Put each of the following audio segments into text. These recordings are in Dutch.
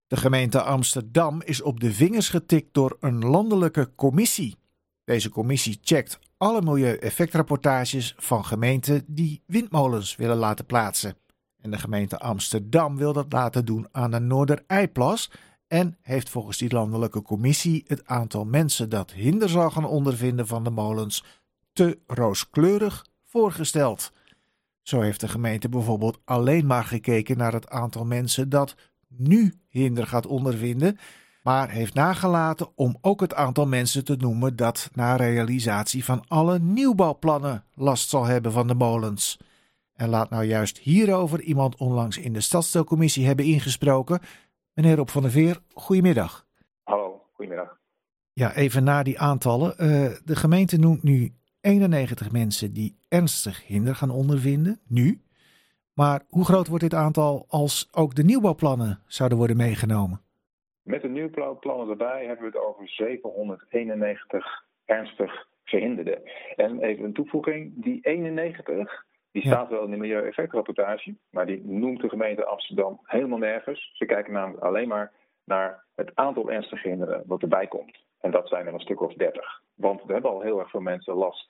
De gemeente Amsterdam is op de vingers getikt door een landelijke commissie. Deze commissie checkt alle milieueffectrapportages van gemeenten die windmolens willen laten plaatsen. En de gemeente Amsterdam wil dat laten doen aan de Noorderijplas en heeft volgens die landelijke commissie het aantal mensen dat hinder zal gaan ondervinden van de molens te rooskleurig voorgesteld. Zo heeft de gemeente bijvoorbeeld alleen maar gekeken naar het aantal mensen dat nu hinder gaat ondervinden, maar heeft nagelaten om ook het aantal mensen te noemen dat na realisatie van alle nieuwbouwplannen last zal hebben van de molens. En laat nou juist hierover iemand onlangs in de stadsdeelcommissie hebben ingesproken. Meneer Rob van der Veer, goedemiddag. Hallo, goedemiddag. Ja, even na die aantallen. De gemeente noemt nu 91 mensen die ernstig hinder gaan ondervinden, nu. Maar hoe groot wordt dit aantal als ook de nieuwbouwplannen zouden worden meegenomen? Met de nieuwbouwplannen erbij hebben we het over 791 ernstig gehinderden. En even een toevoeging, die 91, die staat wel in de milieueffectrapportage, maar die noemt de gemeente Amsterdam helemaal nergens. Ze kijken namelijk alleen maar naar het aantal ernstig gehinderden wat erbij komt. En dat zijn er een stuk of 30. Want we hebben al heel erg veel mensen last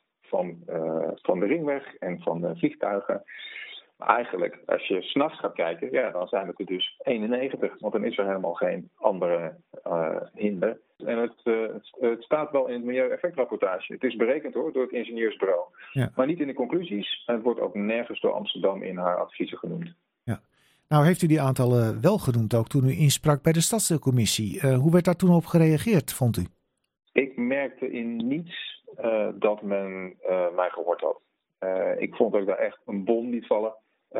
van de ringweg en van de vliegtuigen. Maar eigenlijk, als je 's nachts gaat kijken, ja, dan zijn het er dus 91. Want dan is er helemaal geen andere hinder. En het staat wel in het milieueffectrapportage. Het is berekend hoor, door het ingenieursbureau. Ja. Maar niet in de conclusies. En het wordt ook nergens door Amsterdam in haar adviezen genoemd. Ja. Nou heeft u die aantallen wel genoemd ook toen u insprak bij de stadsdeelcommissie. Hoe werd daar toen op gereageerd, vond u? Ik merkte in niets dat men mij gehoord had. Ik vond ook daar echt een bom niet vallen.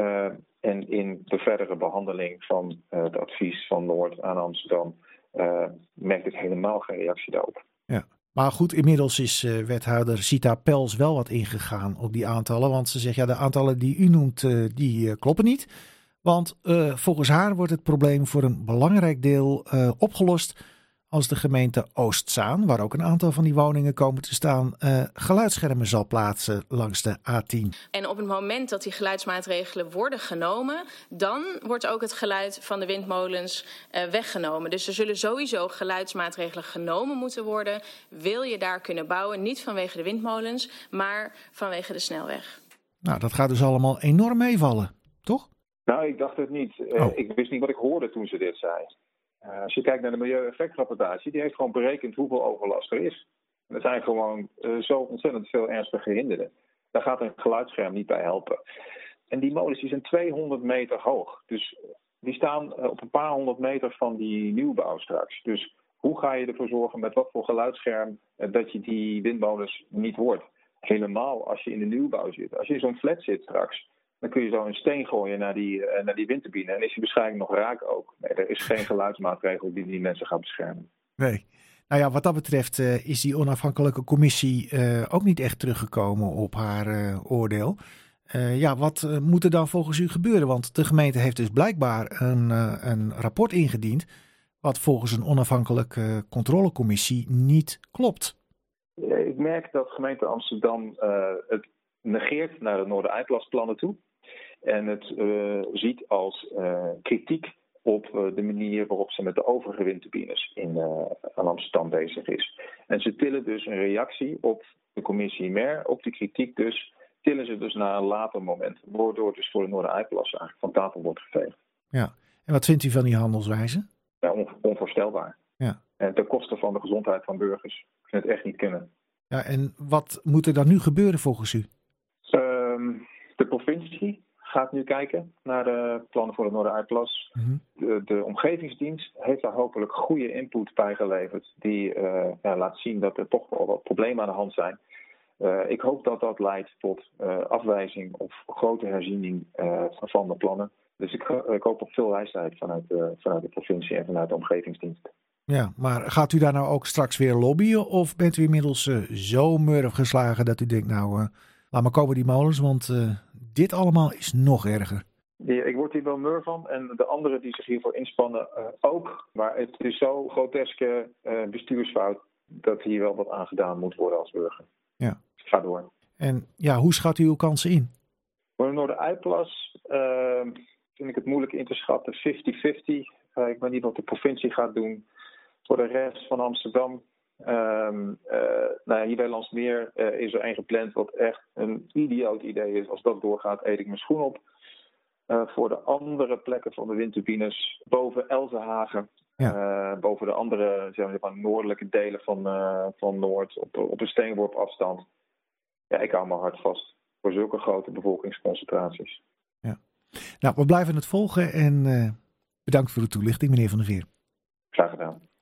En in de verdere behandeling van het advies van Noord aan Amsterdam merkte ik helemaal geen reactie daarop. Ja. Maar goed, inmiddels is wethouder Sita Pels wel wat ingegaan op die aantallen. Want ze zegt, ja, de aantallen die u noemt, die kloppen niet. Want volgens haar wordt het probleem voor een belangrijk deel opgelost als de gemeente Oostzaan, waar ook een aantal van die woningen komen te staan, geluidsschermen zal plaatsen langs de A10. En op het moment dat die geluidsmaatregelen worden genomen, dan wordt ook het geluid van de windmolens weggenomen. Dus er zullen sowieso geluidsmaatregelen genomen moeten worden. Wil je daar kunnen bouwen, niet vanwege de windmolens, maar vanwege de snelweg. Nou, dat gaat dus allemaal enorm meevallen, toch? Nou, ik dacht het niet. Ik wist niet wat ik hoorde toen ze dit zei. Als je kijkt naar de milieueffectrapportage, die heeft gewoon berekend hoeveel overlast er is. Er zijn gewoon zo ontzettend veel ernstige hinderden. Daar gaat een geluidsscherm niet bij helpen. En die molens die zijn 200 meter hoog. Dus die staan op een paar honderd meter van die nieuwbouw straks. Dus hoe ga je ervoor zorgen met wat voor geluidsscherm dat je die windmolens niet hoort? Helemaal als je in de nieuwbouw zit. Als je in zo'n flat zit straks, dan kun je zo een steen gooien naar die windturbine. En is die waarschijnlijk nog raak ook. Nee, er is geen geluidsmaatregel die mensen gaat beschermen. Nee. Nou ja, wat dat betreft is die onafhankelijke commissie ook niet echt teruggekomen op haar oordeel. Wat moet er dan volgens u gebeuren? Want de gemeente heeft dus blijkbaar een rapport ingediend wat volgens een onafhankelijke controlecommissie niet klopt. Ik merk dat gemeente Amsterdam het negeert naar de Noorderijplasplannen toe. En het ziet als kritiek op de manier waarop ze met de overige windturbines aan Amsterdam bezig is. En ze tillen dus een reactie op de commissie MER, op die kritiek dus, tillen ze dus naar een later moment. Waardoor het dus voor de Noorderijplas eigenlijk van tafel wordt geveegd. Ja, en wat vindt u van die handelswijze? Ja, onvoorstelbaar. Ja. En ten koste van de gezondheid van burgers. Ik vind het echt niet kunnen. Ja, en wat moet er dan nu gebeuren volgens u? De provincie gaat nu kijken naar de plannen voor de Noorderijplas. Mm-hmm. De omgevingsdienst heeft daar hopelijk goede input bij geleverd. Die laat zien dat er toch wel wat problemen aan de hand zijn. Ik hoop dat dat leidt tot afwijzing of grote herziening van de plannen. Dus ik hoop op veel wijsheid vanuit de provincie en vanuit de omgevingsdienst. Ja, maar gaat u daar nou ook straks weer lobbyen? Of bent u inmiddels zo murf geslagen dat u denkt, laat maar komen die molens, want dit allemaal is nog erger. Ja, ik word hier wel mur van en de anderen die zich hiervoor inspannen ook. Maar het is zo groteske bestuursfout dat hier wel wat aan gedaan moet worden als burger. Ja. Ga door. En ja, hoe schat u uw kansen in? Voor de Noorderijplas vind ik het moeilijk in te schatten. 50-50. Ik weet niet wat de provincie gaat doen. Voor de rest van Amsterdam, hier bij Landsmeer is er één gepland wat echt een idioot idee is. Als dat doorgaat, eet ik mijn schoen op. Voor de andere plekken van de windturbines, boven Elsenhagen, boven de andere noordelijke delen van Noord, op een steenworp afstand. Ja, ik hou mijn hart vast voor zulke grote bevolkingsconcentraties. Ja. Nou, we blijven het volgen en bedankt voor de toelichting, meneer Van der Veer. Graag gedaan.